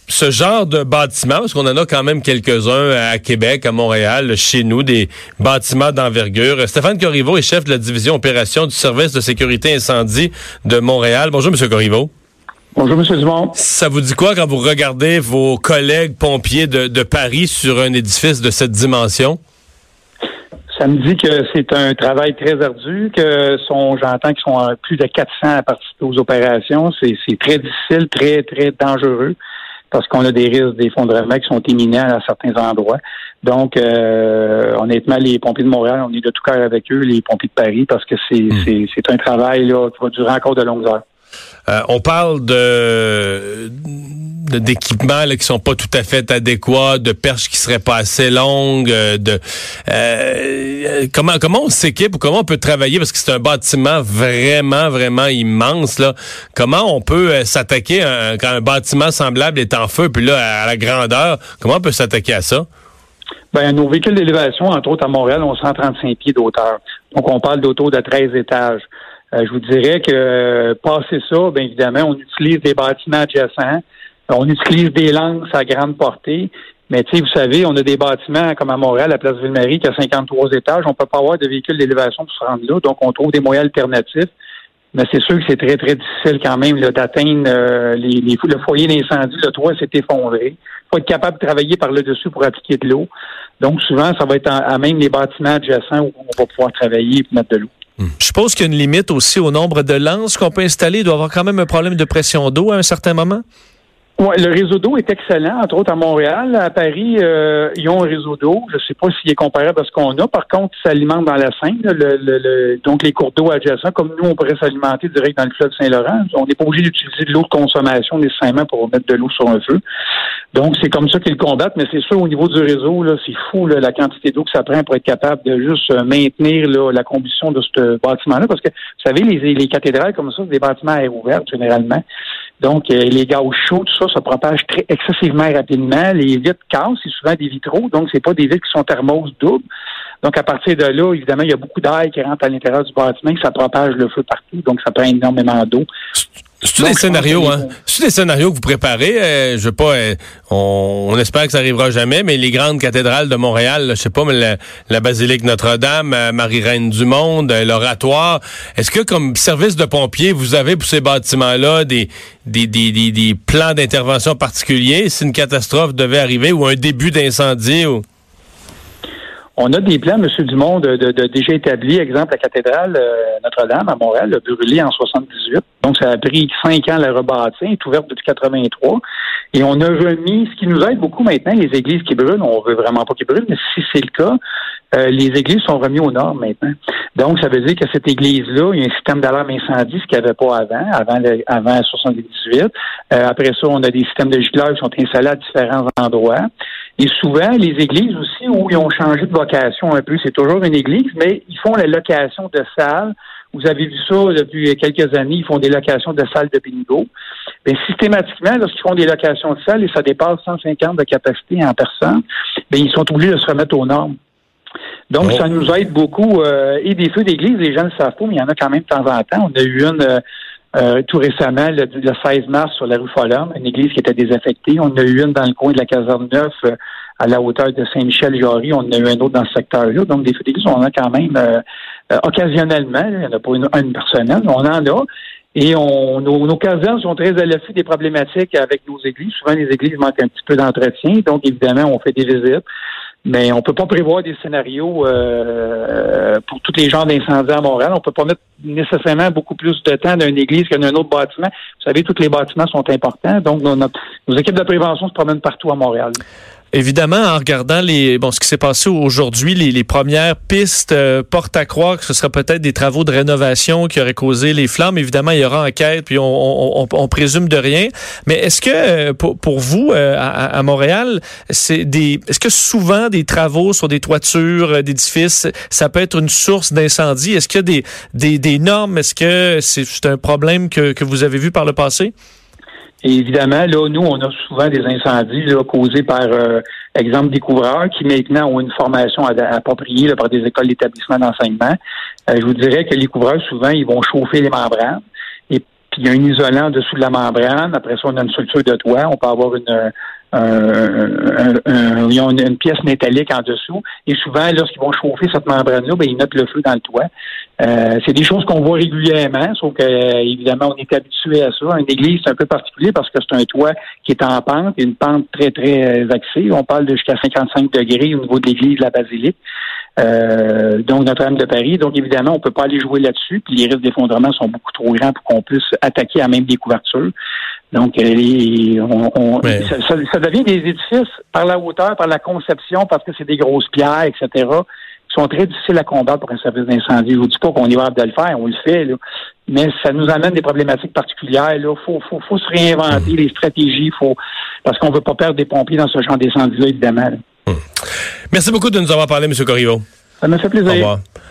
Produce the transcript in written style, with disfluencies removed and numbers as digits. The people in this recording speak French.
ce genre de bâtiment, parce qu'on en a quand même quelques-uns à Québec, à Montréal, chez nous, des bâtiments d'envergure. Stéphane Corriveau est chef de la division opération du service de sécurité incendie de Montréal. Bonjour, M. Corriveau. Bonjour, M. Dumont. Ça vous dit quoi quand vous regardez vos collègues pompiers de Paris sur un édifice de cette dimension? Ça me dit que c'est un travail très ardu, j'entends qu'ils sont plus de 400 à participer aux opérations. C'est très difficile, très, très dangereux, parce qu'on a des risques d'effondrement qui sont imminents à certains endroits. Donc, honnêtement, les pompiers de Montréal, on est de tout cœur avec eux, les pompiers de Paris, parce que c'est un travail là qui va durer encore de longues heures. On parle d'équipements là, qui sont pas tout à fait adéquats, de perches qui seraient pas assez longues, comment on s'équipe ou comment on peut travailler, parce que c'est un bâtiment vraiment, vraiment immense, là. Comment on peut s'attaquer quand un bâtiment semblable est en feu, puis là, à la grandeur, comment on peut s'attaquer à ça? Ben, nos véhicules d'élévation, entre autres à Montréal, ont 135 pieds d'auteur. Donc, on parle d'auto de 13 étages. Je vous dirais que, passé ça, bien évidemment, on utilise des bâtiments adjacents, on utilise des lances à grande portée, mais tu sais, vous savez, on a des bâtiments comme à Montréal, à Place Ville-Marie, qui a 53 étages, on peut pas avoir de véhicules d'élévation pour se rendre là, donc on trouve des moyens alternatifs, mais c'est sûr que c'est très, très difficile quand même là, d'atteindre le foyer d'incendie, le toit s'est effondré. Il faut être capable de travailler par le dessus pour appliquer de l'eau. Donc souvent, ça va être à même les bâtiments adjacents où on va pouvoir travailler et mettre de l'eau. Je suppose qu'il y a une limite aussi au nombre de lances qu'on peut installer. Il doit y avoir quand même un problème de pression d'eau à un certain moment? Oui, le réseau d'eau est excellent, entre autres à Montréal. À Paris, ils ont un réseau d'eau. Je ne sais pas s'il est comparable à ce qu'on a. Par contre, ça alimente dans la Seine, donc les cours d'eau adjacents, comme nous, on pourrait s'alimenter direct dans le fleuve Saint-Laurent. On n'est pas obligé d'utiliser de l'eau de consommation nécessairement pour mettre de l'eau sur un feu. Donc, c'est comme ça qu'ils le combattent, mais c'est sûr, au niveau du réseau, là, c'est fou là, la quantité d'eau que ça prend pour être capable de juste maintenir là, la combustion de ce bâtiment-là. Parce que, vous savez, les cathédrales comme ça, c'est des bâtiments à air ouvert, généralement. Donc, les gaz chauds, tout ça, ça propage excessivement rapidement. Les vitres cassent, c'est souvent des vitraux, donc c'est pas des vitres qui sont thermos doubles. Donc, à partir de là, évidemment, il y a beaucoup d'air qui rentre à l'intérieur du bâtiment, et ça propage le feu partout, donc ça prend énormément d'eau. C'est des scénarios, hein? C'est des scénarios que vous préparez. Je veux pas. On espère que ça arrivera jamais, mais les grandes cathédrales de Montréal, là, je sais pas, mais la basilique Notre-Dame, Marie-Reine du Monde, l'Oratoire. Est-ce que, comme service de pompiers, vous avez pour ces bâtiments-là des plans d'intervention particuliers si une catastrophe devait arriver ou un début d'incendie? Ou... On a des plans, M. Dumont, de déjà établis. Exemple, la cathédrale Notre-Dame à Montréal a brûlé en 78. Donc, ça a pris 5 ans à la rebâtir. Elle est ouverte depuis 83. Et on a remis, ce qui nous aide beaucoup maintenant, les églises qui brûlent. On veut vraiment pas qu'ils brûlent, mais si c'est le cas, les églises sont remises aux normes maintenant. Donc, ça veut dire que cette église-là, il y a un système d'alarme incendie, ce qu'il n'y avait pas avant 78. Après ça, on a des systèmes de gicleurs qui sont installés à différents endroits. Et souvent, les églises aussi, où ils ont changé de vocation un peu, c'est toujours une église, mais ils font la location de salles. Vous avez vu ça depuis quelques années, ils font des locations de salles de bingo. Bien, systématiquement, lorsqu'ils font des locations de salles et ça dépasse 150 de capacité en personne, bien, ils sont obligés de se remettre aux normes. Donc, ça nous aide beaucoup. Et des feux d'église, les gens ne le savent pas, mais il y en a quand même de temps en temps. On a eu une tout récemment, le 16 mars, sur la rue Follum, une église qui était désaffectée. On a eu une dans le coin de la caserne Neuf, à la hauteur de Saint-Michel-Jarry. On a eu un autre dans ce secteur-là. Donc, des feux d'église, on en a quand même occasionnellement. Il n'y en a pas une personnelle, on en a. Et nos casernes sont très à l'affût des problématiques avec nos églises. Souvent, les églises manquent un petit peu d'entretien. Donc, évidemment, on fait des visites. Mais on peut pas prévoir des scénarios pour tous les genres d'incendies à Montréal. On peut pas mettre nécessairement beaucoup plus de temps dans une église que dans un autre bâtiment. Vous savez, tous les bâtiments sont importants. Donc, nos équipes de prévention se promènent partout à Montréal. Évidemment, en regardant ce qui s'est passé aujourd'hui, les premières pistes portent à croire que ce sera peut-être des travaux de rénovation qui auraient causé les flammes. Évidemment, il y aura enquête, puis on présume de rien. Mais est-ce que pour vous, à Montréal, est-ce que souvent des travaux sur des toitures d'édifices, ça peut être une source d'incendie? Est-ce qu'il y a des normes? Est-ce que c'est un problème que vous avez vu par le passé? Et évidemment, là, nous, on a souvent des incendies là, causés par, exemple, des couvreurs qui maintenant ont une formation appropriée là, par des écoles d'établissement d'enseignement. Je vous dirais que les couvreurs, souvent, ils vont chauffer les membranes. Et puis il y a un isolant en dessous de la membrane. Après ça, on a une structure de toit. On peut avoir une pièce métallique en dessous. Et souvent, lorsqu'ils vont chauffer cette membrane-là, ils mettent le feu dans le toit. C'est des choses qu'on voit régulièrement, sauf que évidemment, on est habitué à ça. Une église, c'est un peu particulier parce que c'est un toit qui est en pente, et une pente très, très axée. On parle de jusqu'à 55 degrés au niveau de l'église de la basilique. Donc Notre-Dame de Paris. Donc, évidemment, on peut pas aller jouer là-dessus. Puis les risques d'effondrement sont beaucoup trop grands pour qu'on puisse attaquer à même des couvertures. Donc, ça devient des édifices par la hauteur, par la conception, parce que c'est des grosses pierres, etc., qui sont très difficiles à combattre pour un service d'incendie. Je vous dis pas qu'on est capable de le faire, on le fait, là. Mais ça nous amène des problématiques particulières. Là, faut se réinventer les stratégies, parce qu'on veut pas perdre des pompiers dans ce genre d'incendie-là, évidemment. Là. Merci beaucoup de nous avoir parlé, M. Corriveau. Ça me fait plaisir. Au revoir.